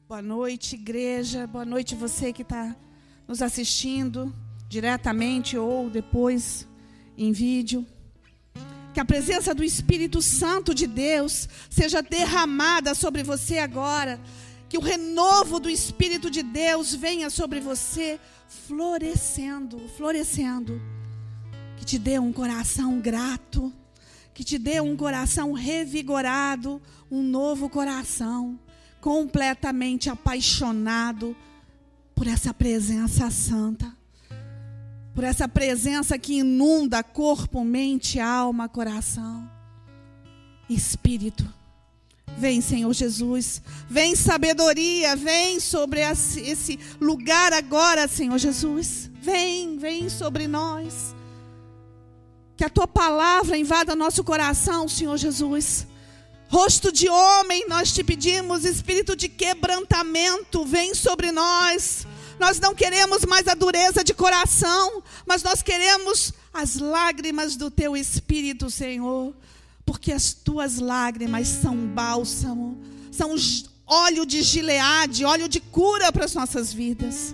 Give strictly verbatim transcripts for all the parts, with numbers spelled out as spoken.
Boa noite, igreja. Boa noite você que está nos assistindo diretamente ou depois em vídeo. Que a presença do Espírito Santo de Deus seja derramada sobre você agora. Que o renovo do Espírito de Deus venha sobre você, florescendo, florescendo. Que te dê um coração grato, que te dê um coração revigorado, um novo coração, completamente apaixonado por essa presença santa, por essa presença que inunda corpo, mente, alma, coração, espírito. Vem, Senhor Jesus, vem sabedoria, vem sobre esse lugar agora, Senhor Jesus. Vem, vem sobre nós. Que a Tua palavra invada nosso coração, Senhor Jesus. Rosto de homem, nós te pedimos, espírito de quebrantamento, vem sobre nós. Nós não queremos mais a dureza de coração, mas nós queremos as lágrimas do Teu Espírito, Senhor. Porque as Tuas lágrimas são bálsamo, são óleo de Gileade, óleo de cura para as nossas vidas.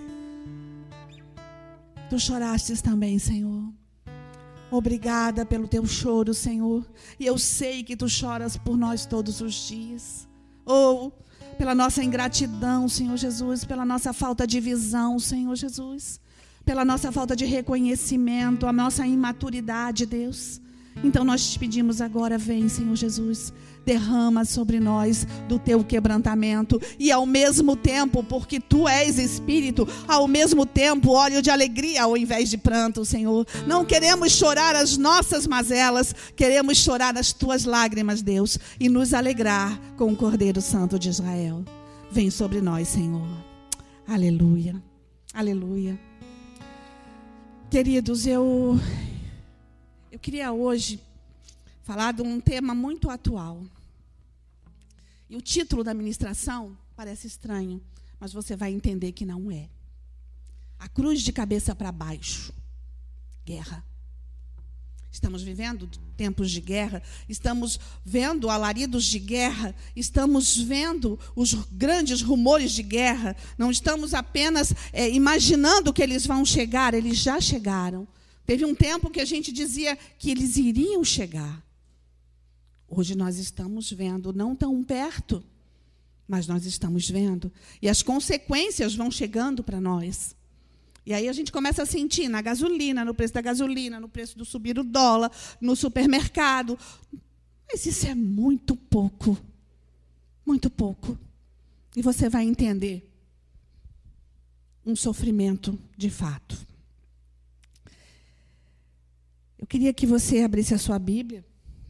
Tu chorastes também, Senhor. Obrigada pelo Teu choro, Senhor. E eu sei que Tu choras por nós todos os dias. Ou pela nossa ingratidão, Senhor Jesus, pela nossa falta de visão, Senhor Jesus, pela nossa falta de reconhecimento, a nossa imaturidade, Deus. Então nós te pedimos agora, vem, Senhor Jesus, derrama sobre nós do Teu quebrantamento e ao mesmo tempo, porque Tu és Espírito, ao mesmo tempo óleo de alegria ao invés de pranto, Senhor. Não queremos chorar as nossas mazelas, queremos chorar as Tuas lágrimas, Deus, e nos alegrar com o Cordeiro Santo de Israel. Vem sobre nós, Senhor. Aleluia, aleluia. Queridos, eu... Eu queria hoje falar de um tema muito atual. E o título da ministração parece estranho, mas você vai entender que não é. A cruz de cabeça para baixo. Guerra. Estamos vivendo tempos de guerra, estamos vendo alaridos de guerra, estamos vendo os grandes rumores de guerra, não estamos apenas é, imaginando que eles vão chegar, eles já chegaram. Teve um tempo que a gente dizia que eles iriam chegar. Hoje nós estamos vendo, não tão perto, mas nós estamos vendo. E as consequências vão chegando para nós. E aí a gente começa a sentir na gasolina, no preço da gasolina, no preço do subir o dólar, no supermercado. Mas isso é muito pouco. Muito pouco. E você vai entender um sofrimento de fato. Eu queria que você abrisse a sua Bíblia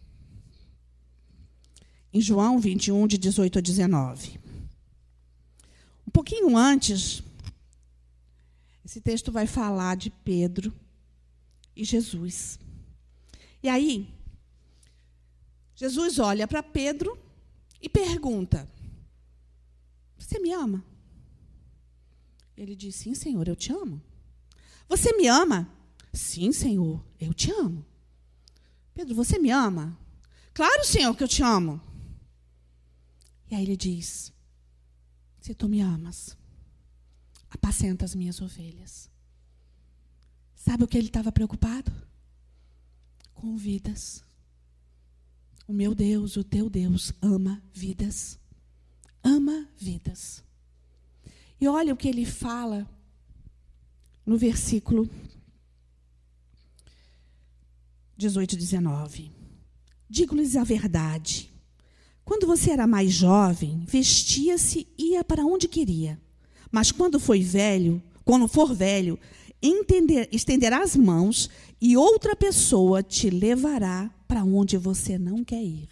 em João vinte e um, de dezoito a dezenove. Um pouquinho antes, esse texto vai falar de Pedro e Jesus. E aí, Jesus olha para Pedro e pergunta: você me ama? Ele diz: sim, Senhor, eu te amo. Você me ama? Sim, Senhor, eu te amo. Pedro, você me ama? Claro, Senhor, que eu te amo. E aí ele diz: se tu me amas, apacenta as minhas ovelhas. Sabe o que ele estava preocupado? Com vidas. O meu Deus, o teu Deus, ama vidas. Ama vidas. E olha o que ele fala no versículo dezoito, dezenove. Digo-lhes a verdade. Quando você era mais jovem, vestia-se e ia para onde queria. Mas quando foi velho, quando for velho, entender, estenderá as mãos e outra pessoa te levará para onde você não quer ir.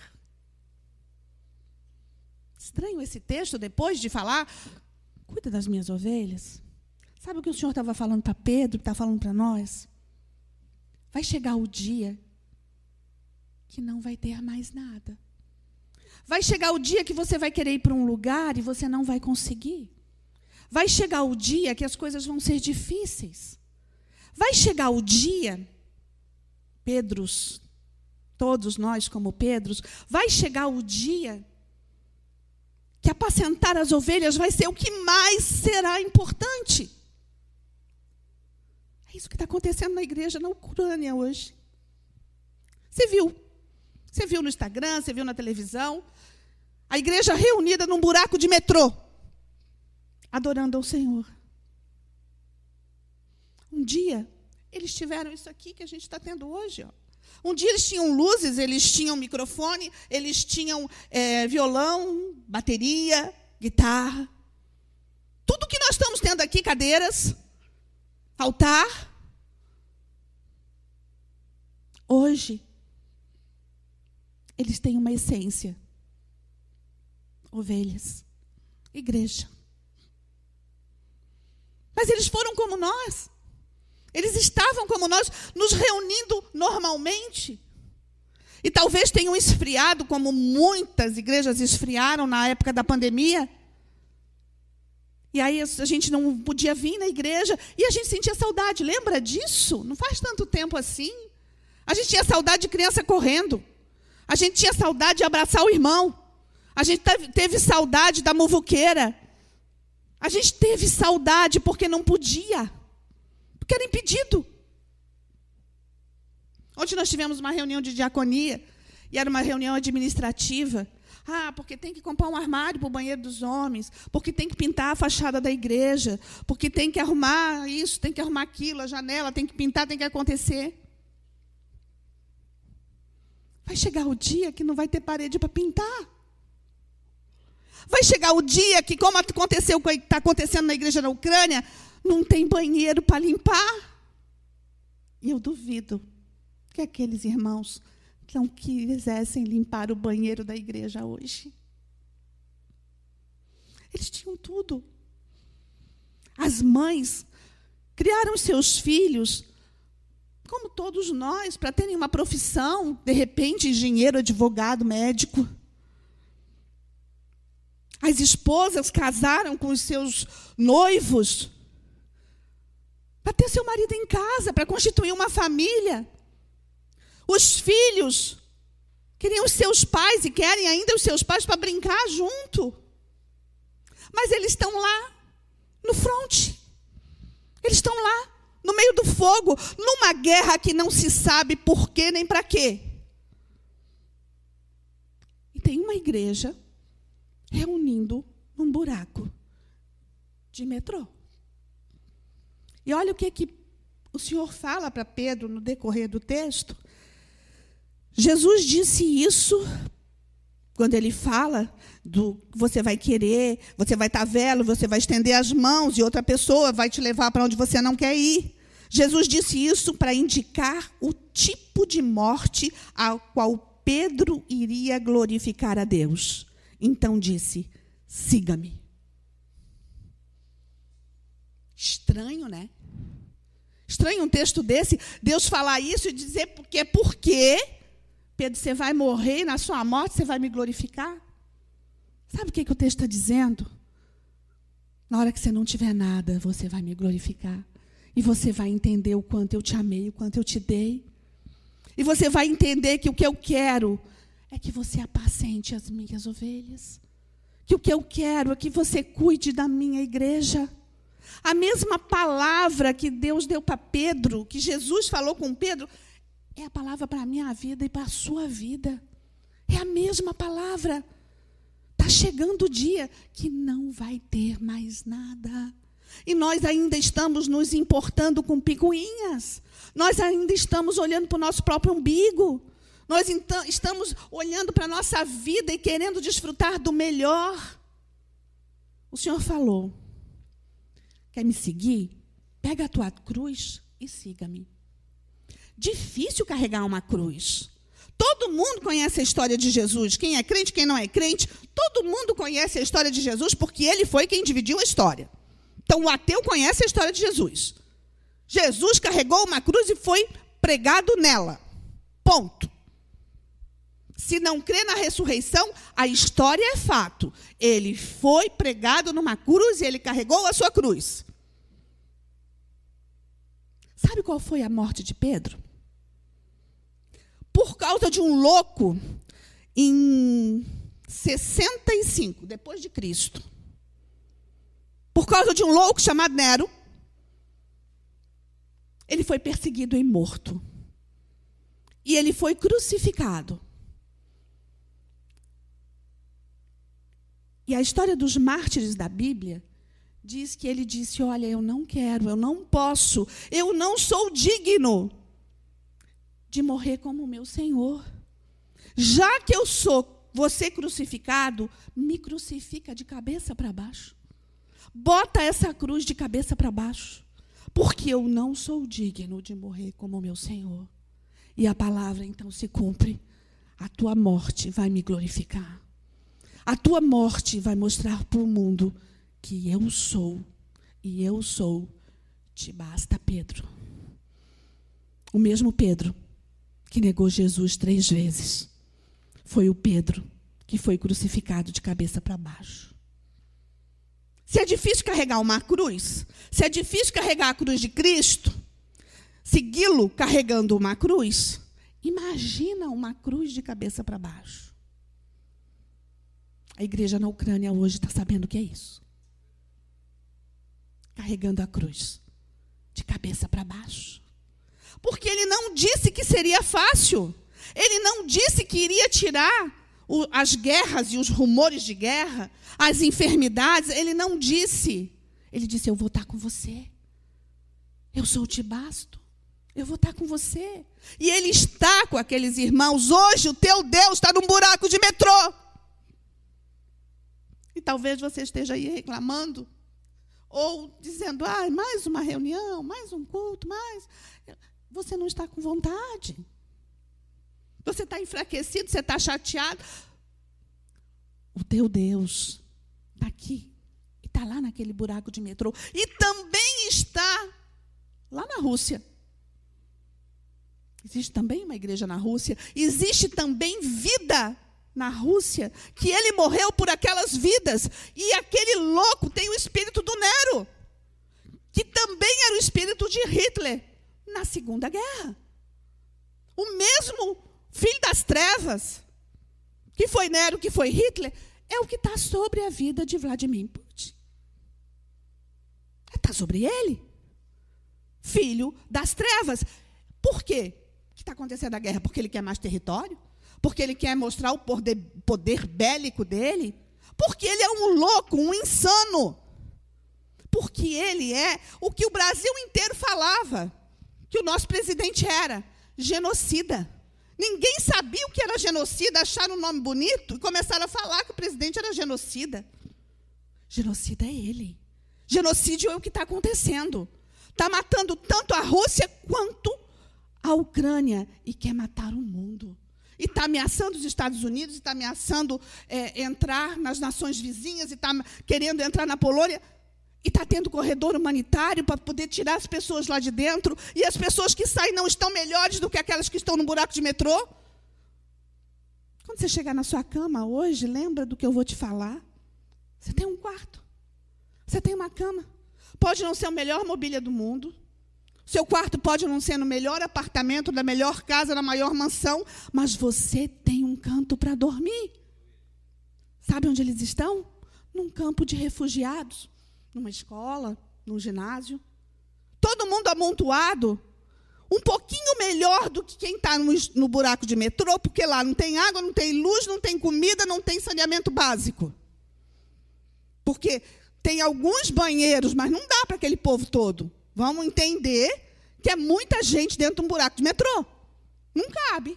Estranho esse texto, depois de falar, cuida das minhas ovelhas. Sabe o que o Senhor estava falando para Pedro, está falando para nós? Vai chegar o dia que não vai ter mais nada. Vai chegar o dia que você vai querer ir para um lugar e você não vai conseguir. Vai chegar o dia que as coisas vão ser difíceis. Vai chegar o dia, Pedros, todos nós como Pedros, vai chegar o dia que apacentar as ovelhas vai ser o que mais será importante. É isso que está acontecendo na igreja, na Ucrânia hoje. Você viu? Você viu no Instagram, você viu na televisão. A igreja reunida num buraco de metrô, adorando ao Senhor. Um dia, eles tiveram isso aqui que a gente está tendo hoje. Ó. Um dia eles tinham luzes, eles tinham microfone, eles tinham é, violão, bateria, guitarra. Tudo que nós estamos tendo aqui, cadeiras, altar. Hoje, eles têm uma essência. Ovelhas, igreja. Mas eles foram como nós. Eles estavam como nós, nos reunindo normalmente. E talvez tenham esfriado, como muitas igrejas esfriaram na época da pandemia. E aí a gente não podia vir na igreja e a gente sentia saudade. Lembra disso? Não faz tanto tempo assim. A gente tinha saudade de criança correndo. A gente tinha saudade de abraçar o irmão. A gente teve saudade da muvuqueira. A gente teve saudade porque não podia. Porque era impedido. Ontem nós tivemos uma reunião de diaconia. E era uma reunião administrativa. Ah, porque tem que comprar um armário para o banheiro dos homens. Porque tem que pintar a fachada da igreja. Porque tem que arrumar isso, tem que arrumar aquilo. A janela tem que pintar, tem que acontecer. Vai chegar o dia que não vai ter parede para pintar. Vai chegar o dia que, como aconteceu, está acontecendo na igreja na Ucrânia, não tem banheiro para limpar. E eu duvido que aqueles irmãos não quisessem limpar o banheiro da igreja hoje. Eles tinham tudo. As mães criaram seus filhos, como todos nós, para terem uma profissão, de repente, engenheiro, advogado, médico. As esposas casaram com os seus noivos para ter seu marido em casa, para constituir uma família. Os filhos queriam os seus pais e querem ainda os seus pais para brincar junto. Mas eles estão lá, no fronte. Eles estão lá, no meio do fogo, numa guerra que não se sabe por quê nem para quê. E tem uma igreja reunindo num buraco de metrô. E olha o que, que o Senhor fala para Pedro no decorrer do texto. Jesus disse isso quando ele fala do você vai querer, você vai estar velho, você vai estender as mãos e outra pessoa vai te levar para onde você não quer ir. Jesus disse isso para indicar o tipo de morte a qual Pedro iria glorificar a Deus. Então disse, siga-me. Estranho, né? Estranho um texto desse, Deus falar isso e dizer porque é porque, Pedro, você vai morrer e na sua morte você vai me glorificar? Sabe o que, que o texto está dizendo? Na hora que você não tiver nada, você vai me glorificar. E você vai entender o quanto eu te amei, o quanto eu te dei. E você vai entender que o que eu quero é que você apacente as minhas ovelhas. Que o que eu quero é que você cuide da minha igreja. A mesma palavra que Deus deu para Pedro, que Jesus falou com Pedro, é a palavra para a minha vida e para a sua vida. É a mesma palavra. Está chegando o dia que não vai ter mais nada. E nós ainda estamos nos importando com picuinhas. Nós ainda estamos olhando para o nosso próprio umbigo. Nós então estamos olhando para a nossa vida e querendo desfrutar do melhor. O Senhor falou, quer me seguir? Pega a tua cruz e siga-me. Difícil carregar uma cruz. Todo mundo conhece a história de Jesus. Quem é crente, quem não é crente, todo mundo conhece a história de Jesus porque ele foi quem dividiu a história. Então o ateu conhece a história de Jesus. Jesus carregou uma cruz e foi pregado nela. Ponto. Se não crê na ressurreição, a história é fato. Ele foi pregado numa cruz e ele carregou a sua cruz. Sabe qual foi a morte de Pedro? Por causa de um louco em sessenta e cinco, depois de Cristo, por causa de um louco chamado Nero, ele foi perseguido e morto. E ele foi crucificado. E a história dos mártires da Bíblia diz que ele disse, olha, eu não quero, eu não posso, eu não sou digno de morrer como o meu Senhor. Já que eu sou você crucificado, me crucifica de cabeça para baixo. Bota essa cruz de cabeça para baixo. Porque eu não sou digno de morrer como o meu Senhor. E a palavra então se cumpre. A tua morte vai me glorificar. A tua morte vai mostrar para o mundo que eu sou. E eu sou. Te basta, Pedro. O mesmo Pedro que negou Jesus três vezes. Foi o Pedro que foi crucificado de cabeça para baixo. Se é difícil carregar uma cruz, se é difícil carregar a cruz de Cristo, segui-lo carregando uma cruz, imagina uma cruz de cabeça para baixo. A igreja na Ucrânia hoje está sabendo o que é isso. Carregando a cruz de cabeça para baixo. Porque ele não disse que seria fácil. Ele não disse que iria tirar o, as guerras e os rumores de guerra, as enfermidades. Ele não disse. Ele disse, eu vou estar com você. Eu sou o te basto. Eu vou estar com você. E ele está com aqueles irmãos. Hoje o teu Deus está num buraco de metrô. E talvez você esteja aí reclamando. Ou dizendo, ah, mais uma reunião, mais um culto, mais... Você não está com vontade. Você está enfraquecido, você está chateado. O teu Deus está aqui. E está lá naquele buraco de metrô. E também está lá na Rússia. Existe também uma igreja na Rússia. Existe também vida na Rússia. Que ele morreu por aquelas vidas. E aquele louco tem o espírito do Nero. Que também era o espírito de Hitler. Na Segunda Guerra. O mesmo filho das trevas, que foi Nero, que foi Hitler, é o que está sobre a vida de Vladimir Putin. Está sobre ele. Filho das trevas. Por quê que está acontecendo a guerra? Porque ele quer mais território? Porque ele quer mostrar o poder, poder bélico dele? Porque ele é um louco, um insano. Porque ele é o que o Brasil inteiro falava. Que o nosso presidente era genocida. Ninguém sabia o que era genocida, acharam um nome bonito e começaram a falar que o presidente era genocida. Genocida é ele. Genocídio é o que está acontecendo. Está matando tanto a Rússia quanto a Ucrânia e quer matar o mundo. E está ameaçando os Estados Unidos, está ameaçando é, entrar nas nações vizinhas, e está querendo entrar na Polônia. E está tendo corredor humanitário para poder tirar as pessoas lá de dentro. E as pessoas que saem não estão melhores do que aquelas que estão no buraco de metrô. Quando você chegar na sua cama hoje, lembra do que eu vou te falar. Você tem um quarto. Você tem uma cama. Pode não ser a melhor mobília do mundo. Seu quarto pode não ser no melhor apartamento, da melhor casa, na maior mansão. Mas você tem um canto para dormir. Sabe onde eles estão? Num campo de refugiados. Numa escola, num ginásio. Todo mundo amontoado. Um pouquinho melhor do que quem está no, no buraco de metrô, porque lá não tem água, não tem luz, não tem comida, não tem saneamento básico. Porque tem alguns banheiros, mas não dá para aquele povo todo. Vamos entender que é muita gente dentro de um buraco de metrô. Não cabe.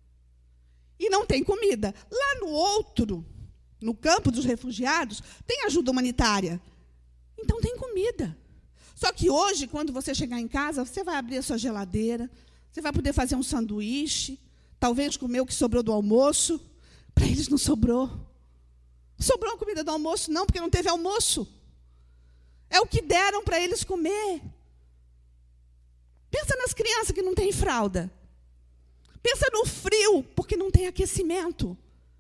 E não tem comida. Lá no outro, no campo dos refugiados, tem ajuda humanitária. Então tem comida. Só que hoje, quando você chegar em casa, você vai abrir a sua geladeira, você vai poder fazer um sanduíche, talvez comer o que sobrou do almoço. Para eles não sobrou. Sobrou a comida do almoço? Não, porque não teve almoço. É o que deram para eles comer. Pensa nas crianças que não têm fralda. Pensa no frio, porque não tem aquecimento.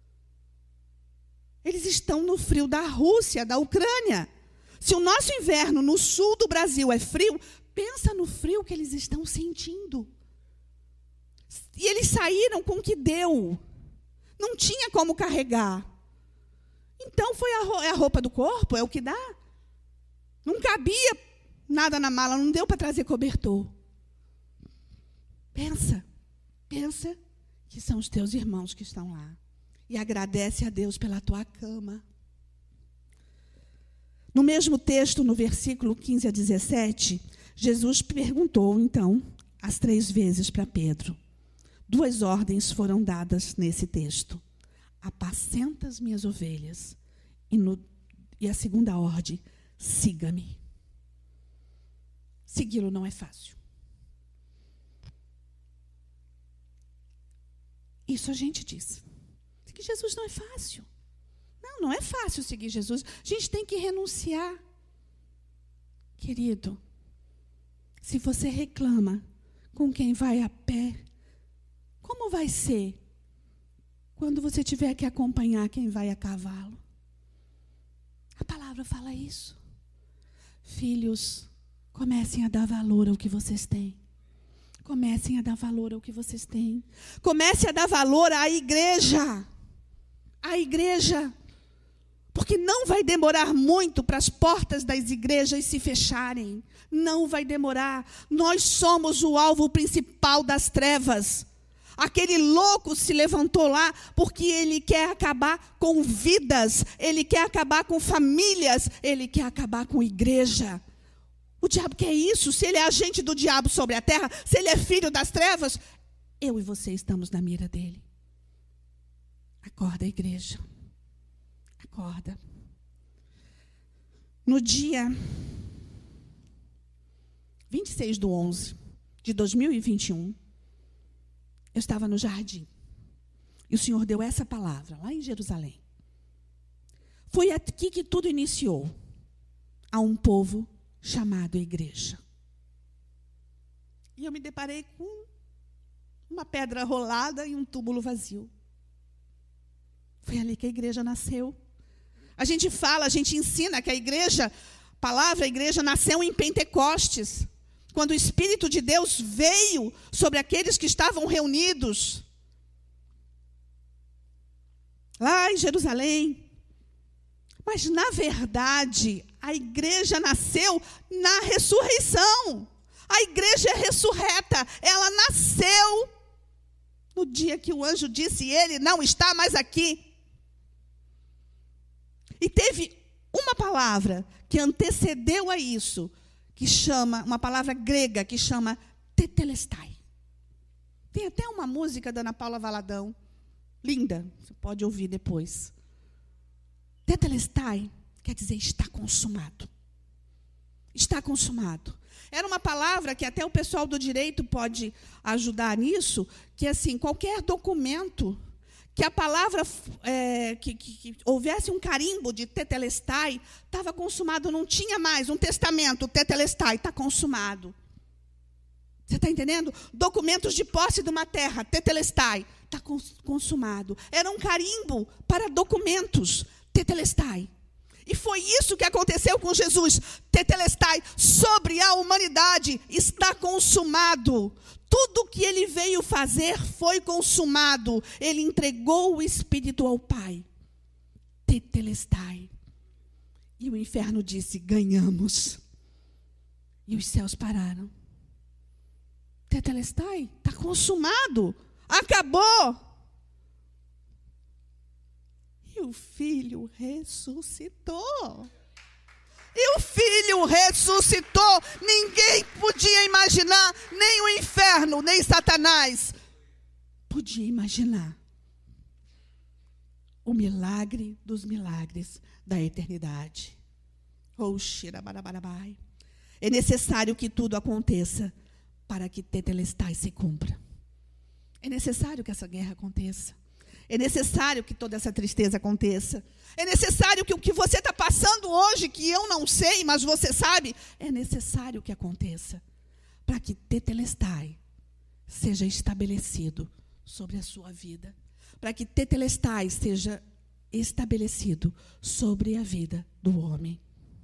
Eles estão no frio da Rússia, da Ucrânia. Se o nosso inverno no sul do Brasil é frio, pensa no frio que eles estão sentindo. E eles saíram com o que deu. Não tinha como carregar. Então foi a, ro- é a roupa do corpo, é o que dá. Não cabia nada na mala, não deu para trazer cobertor. Pensa, pensa que são os teus irmãos que estão lá. E agradece a Deus pela tua cama. No mesmo texto, no versículo quinze a dezessete, Jesus perguntou, então, as três vezes para Pedro. Duas ordens foram dadas nesse texto. Apacenta as minhas ovelhas. E, no, e a segunda ordem, siga-me. Segui-lo não é fácil. Isso a gente diz. Seguir Jesus não é fácil. Não, não é fácil seguir Jesus. A gente tem que renunciar. Querido, se você reclama com quem vai a pé, como vai ser quando você tiver que acompanhar quem vai a cavalo? A palavra fala isso. Filhos, comecem a dar valor ao que vocês têm. Comecem a dar valor ao que vocês têm. Comece a dar valor à igreja. À igreja. Porque não vai demorar muito para as portas das igrejas se fecharem. Não vai demorar. Nós somos o alvo principal das trevas. Aquele louco se levantou lá porque ele quer acabar com vidas. Ele quer acabar com famílias. Ele quer acabar com igreja. O diabo quer isso. Se ele é agente do diabo sobre a terra, se ele é filho das trevas, eu e você estamos na mira dele. Acorda, igreja. Acorda. No dia vinte e seis de onze de dois mil e vinte e um, eu estava no jardim. E o Senhor deu essa palavra, lá em Jerusalém. Foi aqui que tudo iniciou. A um povo chamado igreja. E eu me deparei com uma pedra rolada e um túmulo vazio. Foi ali que a igreja nasceu. A gente fala, a gente ensina que a igreja, a palavra igreja nasceu em Pentecostes, quando o Espírito de Deus veio sobre aqueles que estavam reunidos lá em Jerusalém. Mas, na verdade, a igreja nasceu na ressurreição. A igreja é ressurreta. Ela nasceu no dia que o anjo disse, ele não está mais aqui. E teve uma palavra que antecedeu a isso, que chama, uma palavra grega que chama tetelestai. Tem até uma música da Ana Paula Valadão, linda, você pode ouvir depois. Tetelestai quer dizer está consumado. Está consumado. Era uma palavra que até o pessoal do direito pode ajudar nisso, que assim, qualquer documento que a palavra, é, que, que, que houvesse um carimbo de tetelestai, estava consumado, não tinha mais um testamento, tetelestai, está consumado. Você está entendendo? Documentos de posse de uma terra, tetelestai, está consumado. Era um carimbo para documentos, tetelestai. E foi isso que aconteceu com Jesus. Tetelestai, sobre a humanidade, está consumado. Tudo que ele veio fazer foi consumado. Ele entregou o Espírito ao Pai. Tetelestai. E o inferno disse, ganhamos. E os céus pararam. Tetelestai, está consumado. Acabou. E o Filho ressuscitou. E o Filho ressuscitou. Ninguém podia imaginar, nem o inferno, nem Satanás podia imaginar o milagre dos milagres da eternidade. Oh, xirabarabai. É necessário que tudo aconteça para que tetelestai se cumpra. É necessário que essa guerra aconteça. É necessário que toda essa tristeza aconteça. É necessário que o que você está passando hoje, que eu não sei, mas você sabe, é necessário que aconteça. Para que tetelestai seja estabelecido sobre a sua vida. Para que tetelestai seja estabelecido sobre a vida do homem.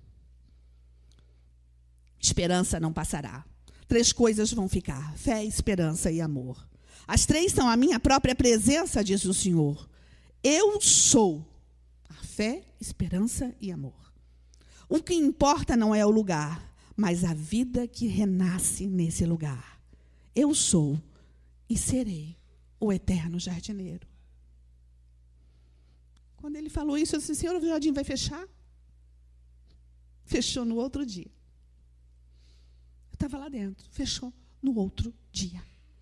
Esperança não passará. Três coisas vão ficar: fé, esperança e amor. As três são a minha própria presença, diz o Senhor. Eu sou a fé, esperança e amor. O que importa não é o lugar, mas a vida que renasce nesse lugar. Eu sou e serei o eterno jardineiro. Quando ele falou isso, eu disse, Senhor, o jardim vai fechar? Fechou no outro dia. Eu estava lá dentro, fechou no outro dia.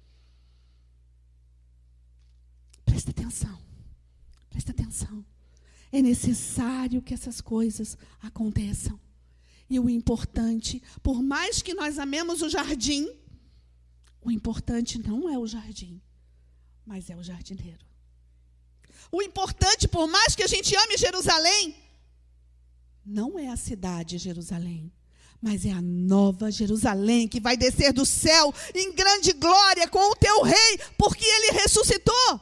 Presta atenção, presta atenção. É necessário que essas coisas aconteçam. E o importante, por mais que nós amemos o jardim, o importante não é o jardim, mas é o jardineiro. O importante, por mais que a gente ame Jerusalém, não é a cidade Jerusalém, mas é a nova Jerusalém que vai descer do céu em grande glória com o teu rei, porque ele ressuscitou.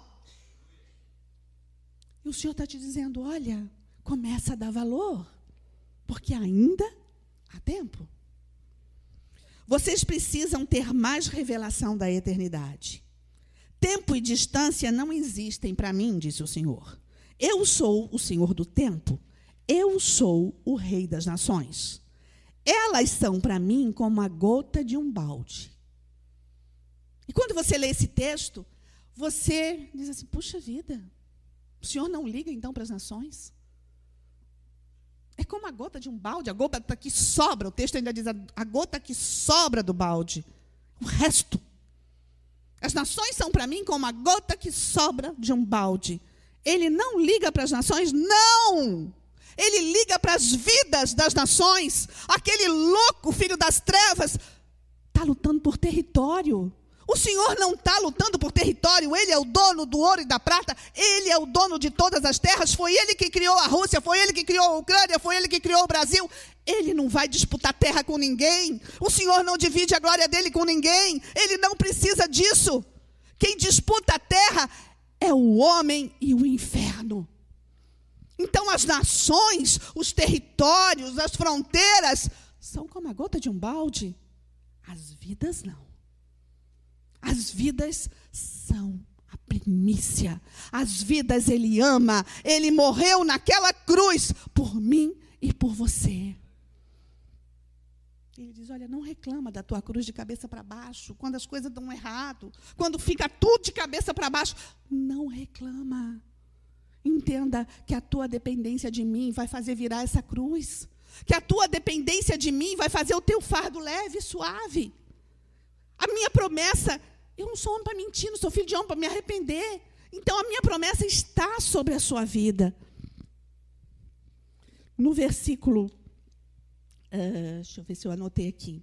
E o Senhor está te dizendo, olha, começa a dar valor, porque ainda há tempo. Vocês precisam ter mais revelação da eternidade. Tempo e distância não existem para mim, disse o Senhor. Eu sou o Senhor do tempo. Eu sou o Rei das nações. Elas são para mim como a gota de um balde. E quando você lê esse texto, você diz assim, puxa vida, o Senhor não liga então para as nações? É como a gota de um balde, a gota que sobra, o texto ainda diz, a gota que sobra do balde. O resto. As nações são para mim como a gota que sobra de um balde. Ele não liga para as nações? Não! Ele liga para as vidas das nações. Aquele louco, filho das trevas, está lutando por território. O Senhor não está lutando por território. Ele é o dono do ouro e da prata. Ele é o dono de todas as terras. Foi ele que criou a Rússia. Foi ele que criou a Ucrânia. Foi ele que criou o Brasil. Ele não vai disputar terra com ninguém. O Senhor não divide a glória dele com ninguém. Ele não precisa disso. Quem disputa a terra é o homem e o inferno. Então as nações, os territórios, as fronteiras são como a gota de um balde. As vidas não. As vidas são a primícia. As vidas ele ama. Ele morreu naquela cruz por mim e por você. Ele diz, olha, não reclama da tua cruz de cabeça para baixo, quando as coisas dão errado, quando fica tudo de cabeça para baixo. Não reclama. Entenda que a tua dependência de mim vai fazer virar essa cruz. Que a tua dependência de mim vai fazer o teu fardo leve e suave. A minha promessa, eu não sou homem para mentir, não sou filho de homem para me arrepender. Então a minha promessa está sobre a sua vida. No versículo, uh, deixa eu ver se eu anotei aqui.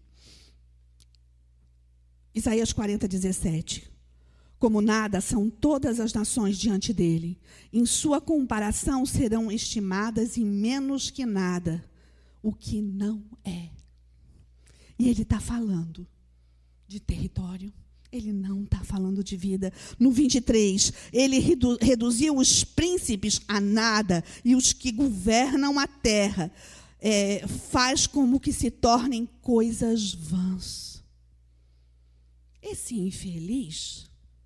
Isaías quarenta, dezessete. Como nada são todas as nações diante dele. Em sua comparação serão estimadas em menos que nada, o que não é. E ele está falando de território. Ele não está falando de vida. No vinte e três, ele redu- reduziu os príncipes a nada e os que governam a terra é, faz como que se tornem coisas vãs. Esse infeliz,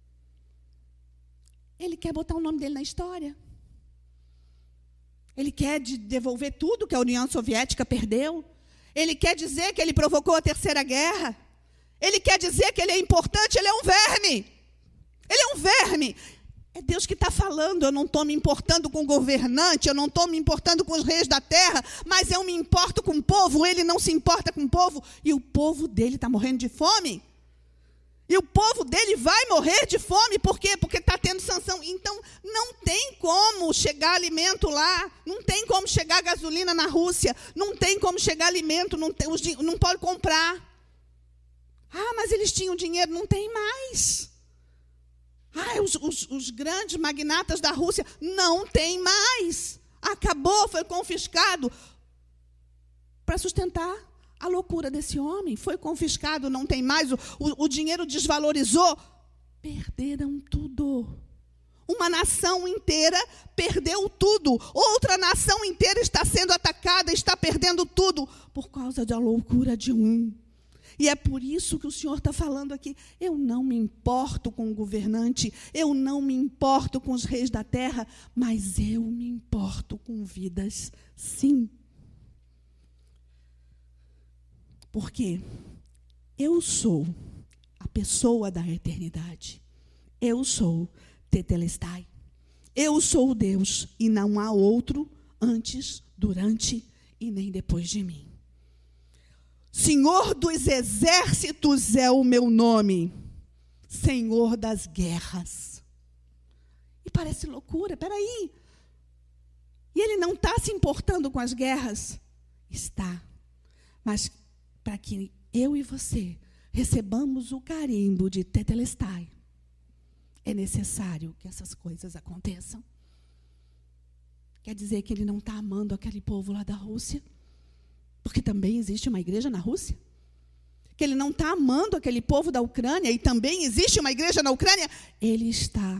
ele quer botar o nome dele na história. Ele quer de devolver tudo que a União Soviética perdeu. Ele quer dizer que ele provocou a Terceira Guerra. Ele quer dizer que ele é importante, ele é um verme. Ele é um verme. É Deus que está falando, eu não estou me importando com o governante, eu não estou me importando com os reis da terra, mas eu me importo com o povo, ele não se importa com o povo, e o povo dele está morrendo de fome. E o povo dele vai morrer de fome, por quê? Porque está tendo sanção. Então, não tem como chegar alimento lá, não tem como chegar gasolina na Rússia, não tem como chegar alimento, não, tem, não pode comprar. Ah, mas eles tinham dinheiro, não tem mais. Ah, os, os, os grandes magnatas da Rússia, não tem mais. Acabou, foi confiscado para sustentar a loucura desse homem. Foi confiscado, não tem mais, o, o, o dinheiro desvalorizou. Perderam tudo. Uma nação inteira perdeu tudo. Outra nação inteira está sendo atacada, está perdendo tudo por causa da loucura de um. E é por isso que o Senhor está falando aqui. Eu não me importo com o governante, eu não me importo com os reis da terra, mas eu me importo com vidas, sim. Porque eu sou a pessoa da eternidade. Eu sou Tetelestai. Eu sou o Deus e não há outro antes, durante e nem depois de mim. Senhor dos exércitos é o meu nome. Senhor das guerras. E parece loucura, peraí. E ele não está se importando com as guerras? Está. Mas para que eu e você recebamos o carimbo de Tetelestai, é necessário que essas coisas aconteçam. Quer dizer que ele não está amando aquele povo lá da Rússia? Porque também existe uma igreja na Rússia? Que ele não está amando aquele povo da Ucrânia e também existe uma igreja na Ucrânia? Ele está.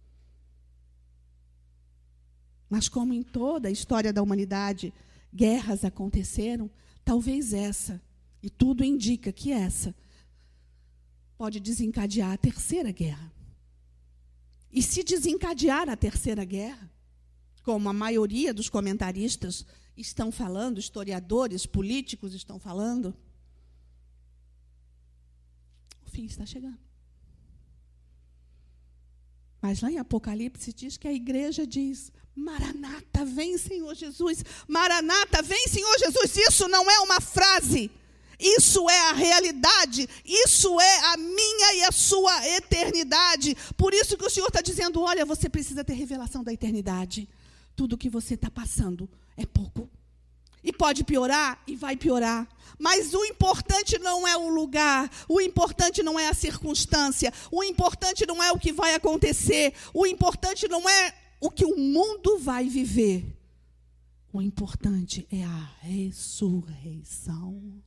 Mas como em toda a história da humanidade, guerras aconteceram, talvez essa, e tudo indica que essa, pode desencadear a terceira guerra. E se desencadear a terceira guerra, como a maioria dos comentaristas estão falando, historiadores, políticos estão falando, o fim está chegando. Mas lá em Apocalipse diz que a igreja diz: Maranata, vem Senhor Jesus. Maranata, vem Senhor Jesus. Isso não é uma frase. Isso é a realidade. Isso é a minha e a sua eternidade. Por isso que o Senhor está dizendo: olha, você precisa ter revelação da eternidade. Tudo que você está passando é pouco. E pode piorar, e vai piorar. Mas o importante não é o lugar, o importante não é a circunstância, o importante não é o que vai acontecer, o importante não é o que o mundo vai viver. O importante é a ressurreição.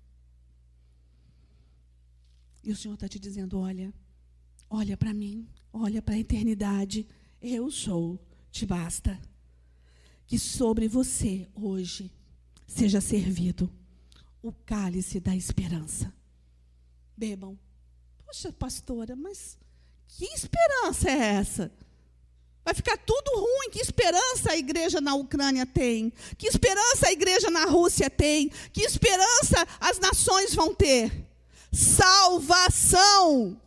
E o Senhor está te dizendo: olha, olha para mim, olha para a eternidade. Eu sou, te basta. Que sobre você hoje seja servido o cálice da esperança. Bebam. Poxa, pastora, mas que esperança é essa? Vai ficar tudo ruim. Que esperança a igreja na Ucrânia tem? Que esperança a igreja na Rússia tem? Que esperança as nações vão ter? Salvação.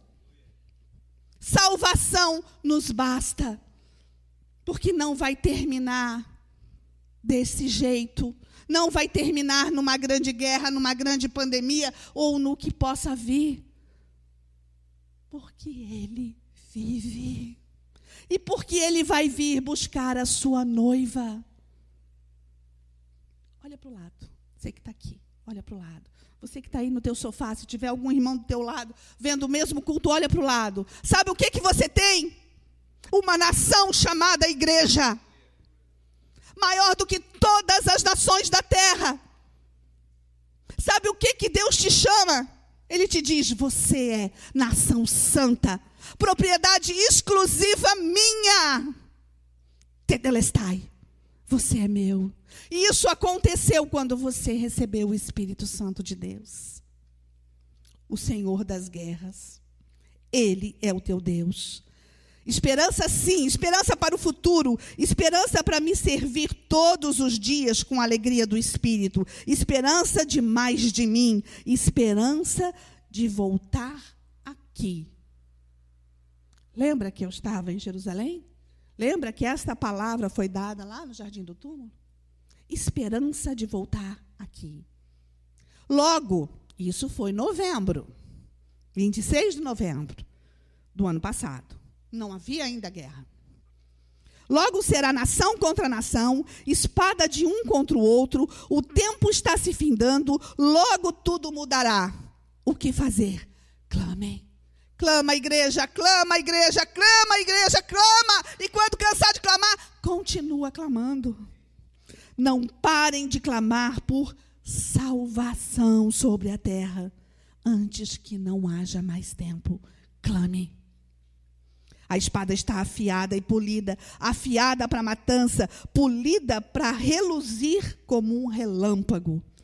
Salvação nos basta. Porque não vai terminar desse jeito. Não vai terminar numa grande guerra, numa grande pandemia ou no que possa vir. Porque Ele vive. E porque Ele vai vir buscar a sua noiva. Olha para o lado. Você que está aqui, olha para o lado. Você que está aí no teu sofá, se tiver algum irmão do teu lado, vendo o mesmo culto, olha para o lado. Sabe o que, que você tem? Uma nação chamada igreja. Maior do que todas as nações da terra. Sabe o que, que Deus te chama? Ele te diz: você é nação santa, propriedade exclusiva minha. Tetelestai, você é meu. E isso aconteceu quando você recebeu o Espírito Santo de Deus. O Senhor das guerras. Ele é o teu Deus. Esperança sim, esperança para o futuro, esperança para me servir todos os dias com a alegria do Espírito, esperança de mais de mim, esperança de voltar aqui. Lembra que eu estava em Jerusalém? Lembra que esta palavra foi dada lá no Jardim do Túmulo? Esperança de voltar aqui. Logo, isso foi novembro, vinte e seis de novembro do ano passado. Não havia ainda guerra. Logo será nação contra nação, espada de um contra o outro, o tempo está se findando, logo tudo mudará. O que fazer? Clamem. Clama, igreja, clama, igreja, clama, igreja, clama. E quando cansar de clamar, continua clamando. Não parem de clamar por salvação sobre a terra, antes que não haja mais tempo. Clame. A espada está afiada e polida, afiada para matança, polida para reluzir como um relâmpago.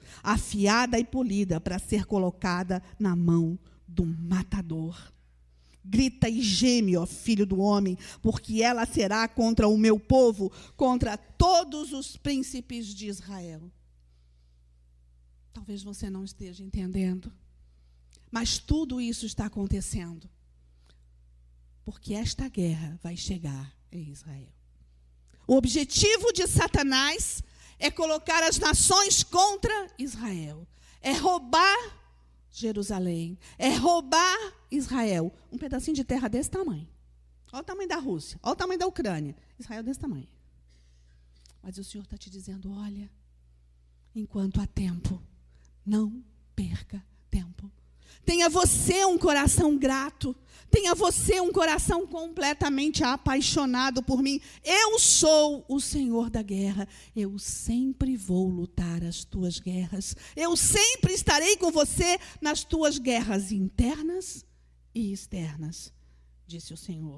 afiada e polida para ser colocada na mão do matador. Grita e geme, ó filho do homem, porque ela será contra o meu povo, contra todos os príncipes de Israel. Talvez você não esteja entendendo, mas tudo isso está acontecendo, porque esta guerra vai chegar em Israel. O objetivo de Satanás é colocar as nações contra Israel, é roubar Jerusalém, é roubar Israel. Um pedacinho de terra desse tamanho. Olha o tamanho da Rússia, olha o tamanho da Ucrânia. Israel desse tamanho. Mas o Senhor está te dizendo, olha, enquanto há tempo, não perca tempo. Tenha você um coração grato. Tenha você um coração completamente apaixonado por mim. Eu sou o Senhor da guerra. Eu sempre vou lutar as tuas guerras. Eu sempre estarei com você nas tuas guerras internas e externas, disse o Senhor.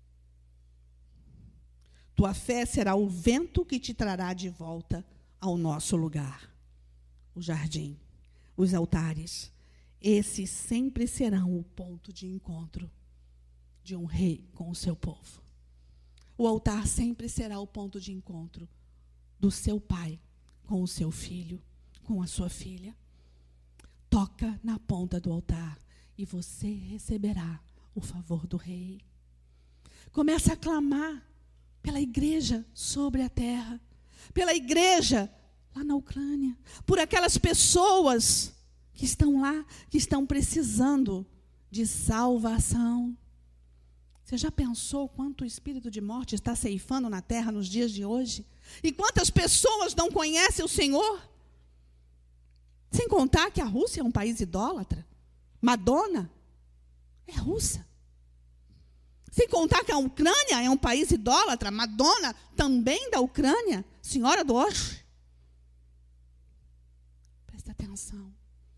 Tua fé será o vento que te trará de volta ao nosso lugar. O jardim, os altares. Esses sempre serão o ponto de encontro de um rei com o seu povo. O altar sempre será o ponto de encontro do seu pai com o seu filho, com a sua filha. Toca na ponta do altar e você receberá o favor do rei. Começa a clamar pela igreja sobre a terra, pela igreja lá na Ucrânia, por aquelas pessoas que estão lá, que estão precisando de salvação. Você já pensou quanto o espírito de morte está ceifando na terra nos dias de hoje? E quantas pessoas não conhecem o Senhor? Sem contar que a Rússia é um país idólatra. Madonna é russa. Sem contar que a Ucrânia é um país idólatra. Madonna também da Ucrânia. Senhora do Oxe. Presta atenção.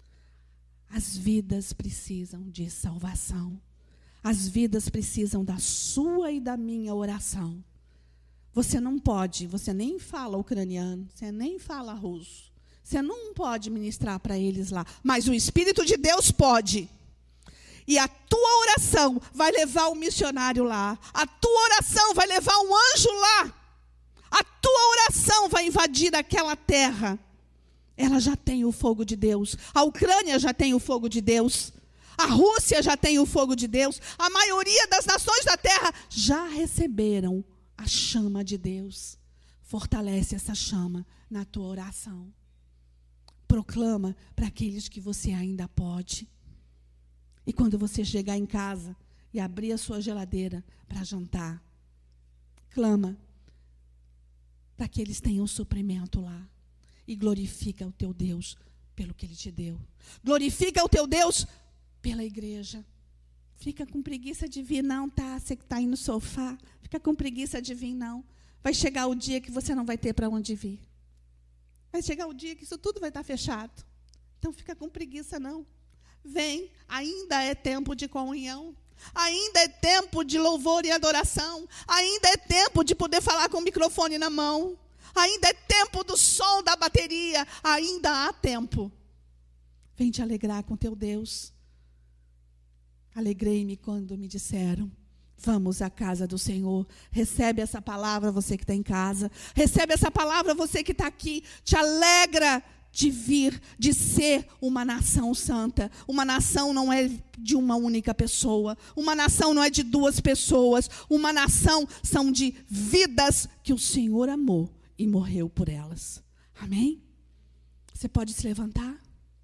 As vidas precisam de salvação. As vidas precisam da sua e da minha oração. Você não pode, você nem fala ucraniano, você nem fala russo. Você não pode ministrar para eles lá. Mas o Espírito de Deus pode. E a tua oração vai levar o missionário lá. A tua oração vai levar um anjo lá. A tua oração vai invadir aquela terra. Ela já tem o fogo de Deus. A Ucrânia já tem o fogo de Deus. A Rússia já tem o fogo de Deus. A maioria das nações da terra já receberam a chama de Deus. Fortalece essa chama na tua oração. Proclama para aqueles que você ainda pode. E quando você chegar em casa e abrir a sua geladeira para jantar, clama para que eles tenham suprimento lá. E glorifica o teu Deus pelo que Ele te deu. Glorifica o teu Deus pela igreja. Fica com preguiça de vir, não, tá? Você que está aí no sofá, fica com preguiça de vir, não. Vai chegar o dia que você não vai ter para onde vir. Vai chegar o dia que isso tudo vai estar fechado. Então, fica com preguiça, não. Vem, ainda é tempo de comunhão. Ainda é tempo de louvor e adoração. Ainda é tempo de poder falar com o microfone na mão. Ainda é tempo do som da bateria. Ainda há tempo. Vem te alegrar com teu Deus. Alegrei-me quando me disseram, vamos à casa do Senhor. Recebe essa palavra, você que está em casa. Recebe essa palavra, você que está aqui. Te alegra de vir, de ser uma nação santa. Uma nação não é de uma única pessoa. Uma nação não é de duas pessoas. Uma nação são de vidas que o Senhor amou e morreu por elas. Amém? Você pode se levantar?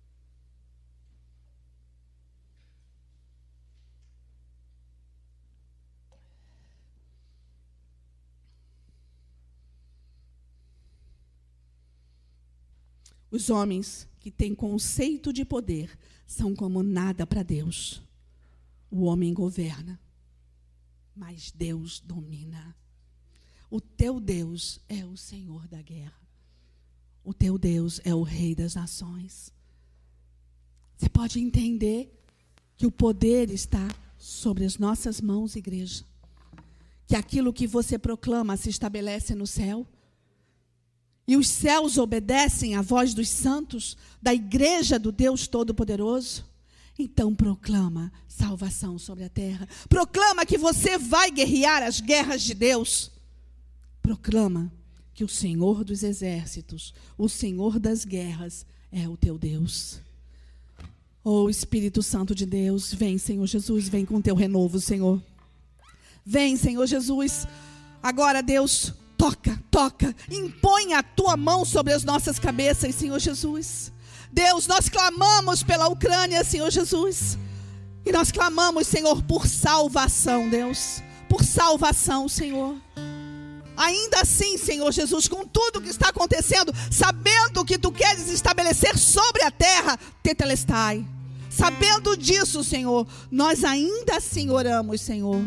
Os homens que têm conceito de poder são como nada para Deus. O homem governa, mas Deus domina. O teu Deus é o Senhor da guerra. O teu Deus é o Rei das nações. Você pode entender que o poder está sobre as nossas mãos, igreja. Que aquilo que você proclama se estabelece no céu. e os céus obedecem à voz dos santos, da igreja do Deus Todo-Poderoso, então proclama salvação sobre a terra. Proclama que você vai guerrear as guerras de Deus. Proclama que o Senhor dos exércitos, o Senhor das guerras, é o teu Deus. Oh, Espírito Santo de Deus, vem, Senhor Jesus, vem com teu renovo, Senhor. Vem, Senhor Jesus. Agora, Deus, toca, toca, impõe a tua mão sobre as nossas cabeças, Senhor Jesus. Deus, nós clamamos pela Ucrânia, Senhor Jesus. E nós clamamos, Senhor, por salvação, Deus. Por salvação, Senhor. Ainda assim, Senhor Jesus, com tudo que está acontecendo, sabendo que tu queres estabelecer sobre a terra, tetelestai. Sabendo disso, Senhor, nós ainda assim oramos, Senhor.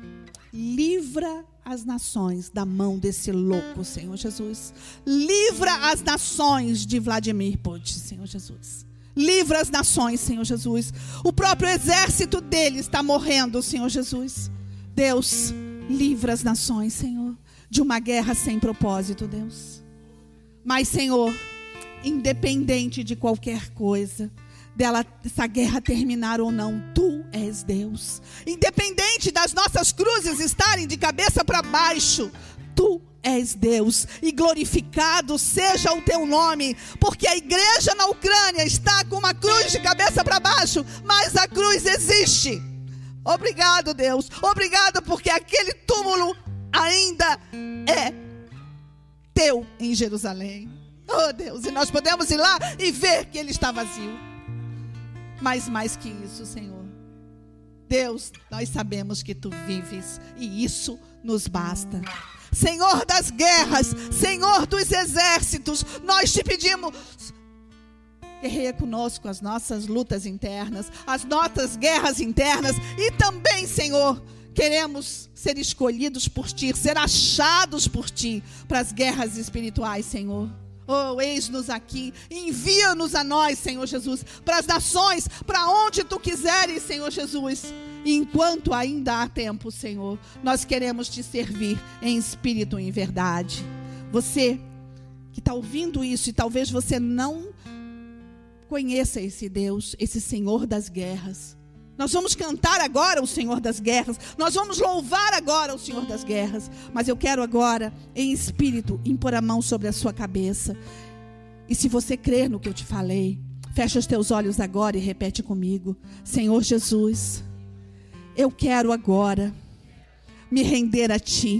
Livra as nações da mão desse louco, Senhor Jesus. Livra as nações de Vladimir Putin, Senhor Jesus. Livra as nações, Senhor Jesus. O próprio exército dele está morrendo, Senhor Jesus. Deus, livra as nações, Senhor, de uma guerra sem propósito, Deus. Mas, Senhor, independente de qualquer coisa, dela, essa guerra terminar ou não, tu és Deus. Independente das nossas cruzes estarem de cabeça para baixo, tu és Deus. E glorificado seja o teu nome, porque a igreja na Ucrânia está com uma cruz de cabeça para baixo, mas a cruz existe. Obrigado, Deus. Obrigado porque aquele túmulo ainda é teu em Jerusalém. Oh, Deus, e nós podemos ir lá e ver que ele está vazio. Mas mais que isso, Senhor, Deus, nós sabemos que tu vives e isso nos basta. Senhor das guerras, Senhor dos exércitos, nós te pedimos, guerreia conosco as nossas lutas internas, as nossas guerras internas. E também, Senhor, queremos ser escolhidos por ti, ser achados por ti para as guerras espirituais, Senhor. Oh, eis-nos aqui, envia-nos a nós, Senhor Jesus, para as nações, para onde tu quiseres, Senhor Jesus. E enquanto ainda há tempo, Senhor, nós queremos te servir em espírito e em verdade. Você que está ouvindo isso e talvez você não conheça esse Deus, esse Senhor das guerras. Nós vamos cantar agora o Senhor das guerras. Nós vamos louvar agora o Senhor das guerras. Mas eu quero agora, em espírito, impor a mão sobre a sua cabeça. E se você crer no que eu te falei, fecha os teus olhos agora e repete comigo. Senhor Jesus, eu quero agora me render a ti.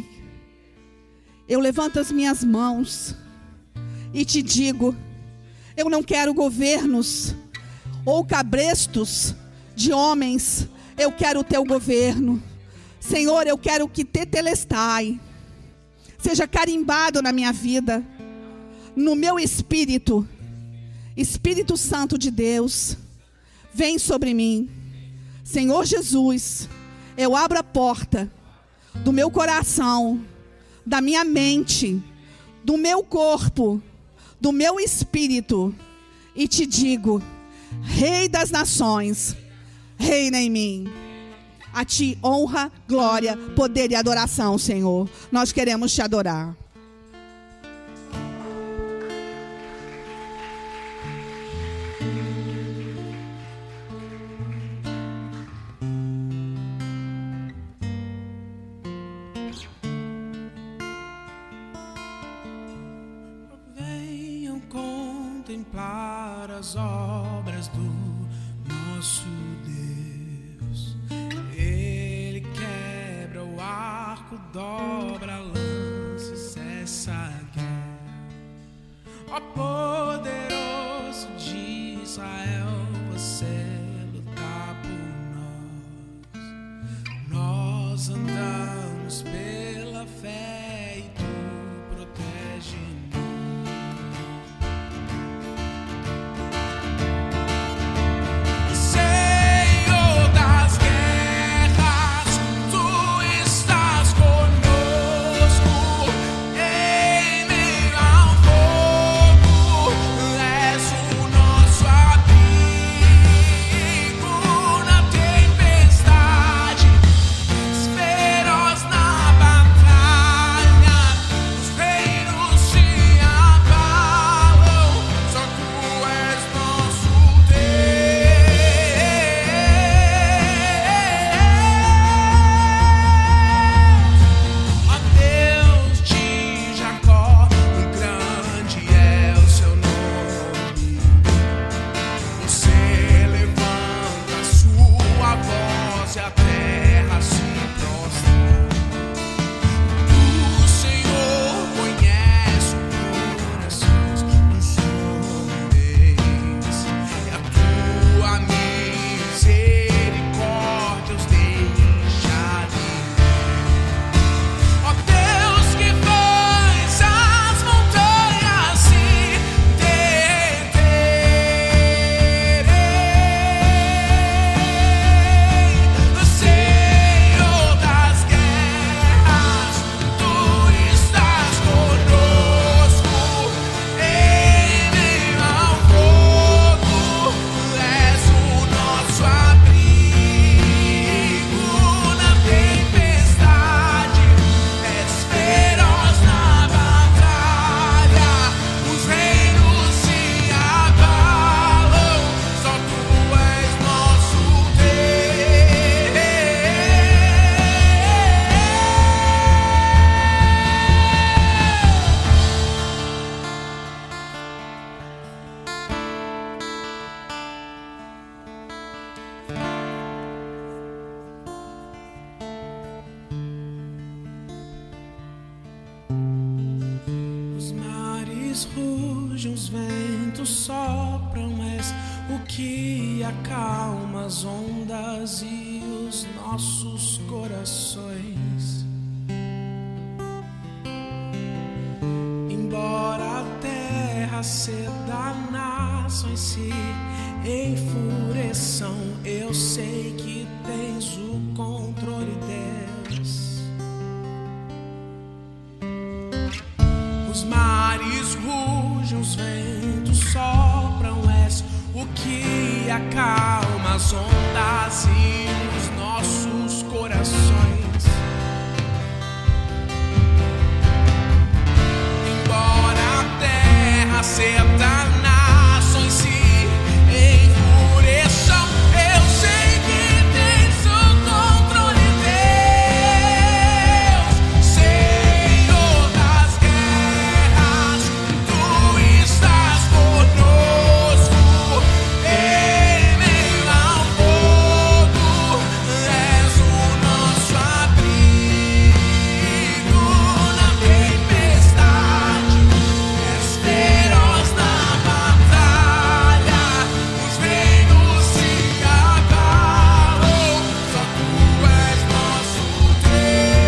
Eu levanto as minhas mãos e te digo, eu não quero governos ou cabrestos de homens, eu quero o teu governo. Senhor, eu quero que tetelestai seja carimbado na minha vida, no meu espírito. Espírito Santo de Deus, vem sobre mim. Senhor Jesus, eu abro a porta do meu coração, da minha mente, do meu corpo, do meu espírito, e te digo, Rei das nações, reina em mim. A ti honra, glória, poder e adoração, Senhor. Nós queremos te adorar. Venham contemplar as obras do nosso Deus. Ele quebra o arco, dobra a lança e cessa a guerra. Ó poderoso de Israel, você luta por nós. Nós andamos pela fé e tu protege-nos. Be ventos sopram, és o que acalma as ondas e os nossos corações. Embora a terra ceda, nações se enfureçam, eu sei que tens o controle, Deus. Os mares rugem, os ventos sopram, és o que acalma as ondas e os nossos corações. Embora a terra ceda, nações se enfureçam, eu sei que tens o controle, Deus. Senhor das guerras, tu estás conosco. Em meio ao fogo, és o nosso abrigo. Na tempestade, és feroz na batalha. Os ventos se abalam, só tu és nosso Deus.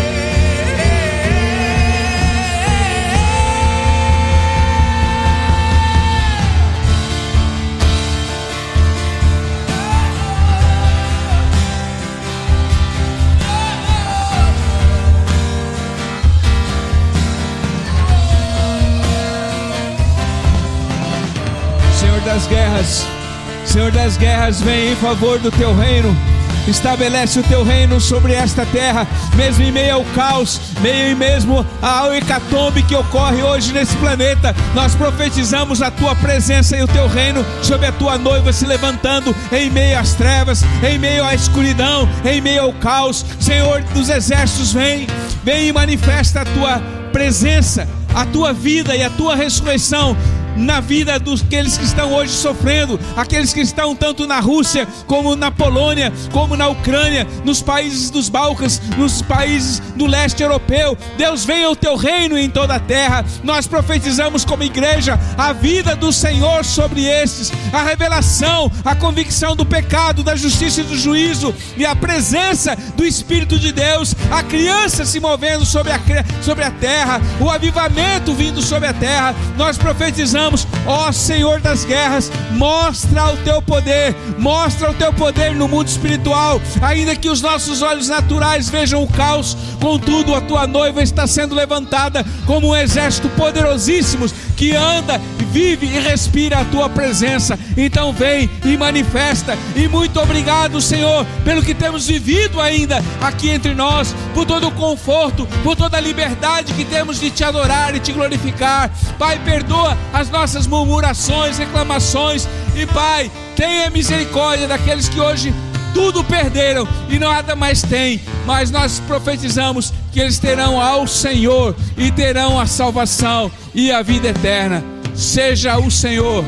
Senhor das guerras, Senhor das guerras, vem em favor do teu reino. Estabelece o teu reino sobre esta terra, mesmo em meio ao caos, meio e mesmo ao hecatombe que ocorre hoje nesse planeta. Nós profetizamos a tua presença e o teu reino sobre a tua noiva se levantando em meio às trevas, em meio à escuridão, em meio ao caos. Senhor dos exércitos, vem, vem e manifesta a tua presença, a tua vida e a tua ressurreição na vida dos aqueles que estão hoje sofrendo, aqueles que estão tanto na Rússia, como na Polônia, como na Ucrânia, nos países dos Balcãs, nos países do leste europeu. Deus, venha o teu reino em toda a terra. Nós profetizamos como igreja a vida do Senhor sobre estes, a revelação, a convicção do pecado, da justiça e do juízo, e a presença do Espírito de Deus, a criança se movendo sobre a, sobre a terra, o avivamento vindo sobre a terra. Nós profetizamos: ó Senhor das guerras, mostra o teu poder, mostra o teu poder no mundo espiritual. Ainda que os nossos olhos naturais vejam o caos, contudo a tua noiva está sendo levantada como um exército poderosíssimo que anda, vive e respira a tua presença. Então vem e manifesta. E muito obrigado, Senhor, pelo que temos vivido ainda aqui entre nós, por todo o conforto, por toda a liberdade que temos de te adorar e te glorificar. Pai, perdoa as nossas murmurações, reclamações, e Pai, tenha misericórdia daqueles que hoje tudo perderam e nada mais têm, mas nós profetizamos que eles terão ao Senhor e terão a salvação e a vida eterna. Seja o Senhor,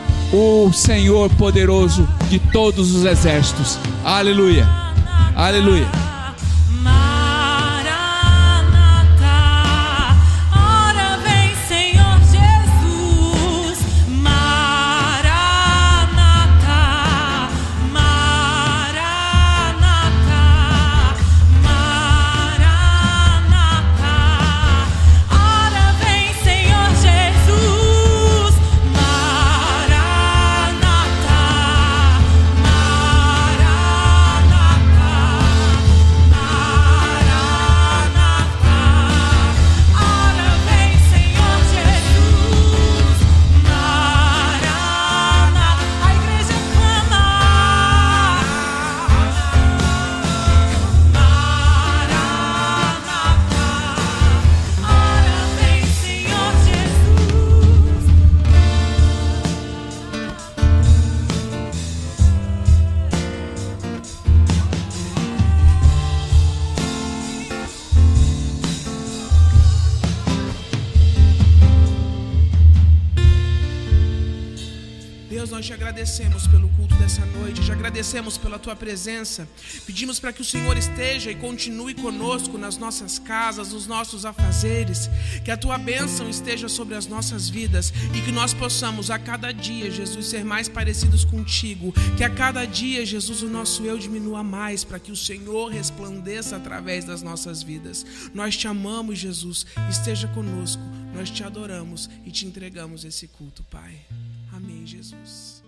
o Senhor poderoso de todos os exércitos. Aleluia, aleluia. Maranatha, Deus, nós te agradecemos pelo culto dessa noite, te agradecemos pela tua presença. Pedimos para que o Senhor esteja e continue conosco nas nossas casas, nos nossos afazeres, que a tua bênção esteja sobre as nossas vidas e que nós possamos a cada dia, Jesus, ser mais parecidos contigo, que a cada dia, Jesus, o nosso eu diminua mais, para que o Senhor resplandeça através das nossas vidas. Nós te amamos, Jesus, esteja conosco, nós te adoramos e te entregamos esse culto, Pai. Amém, Jesus.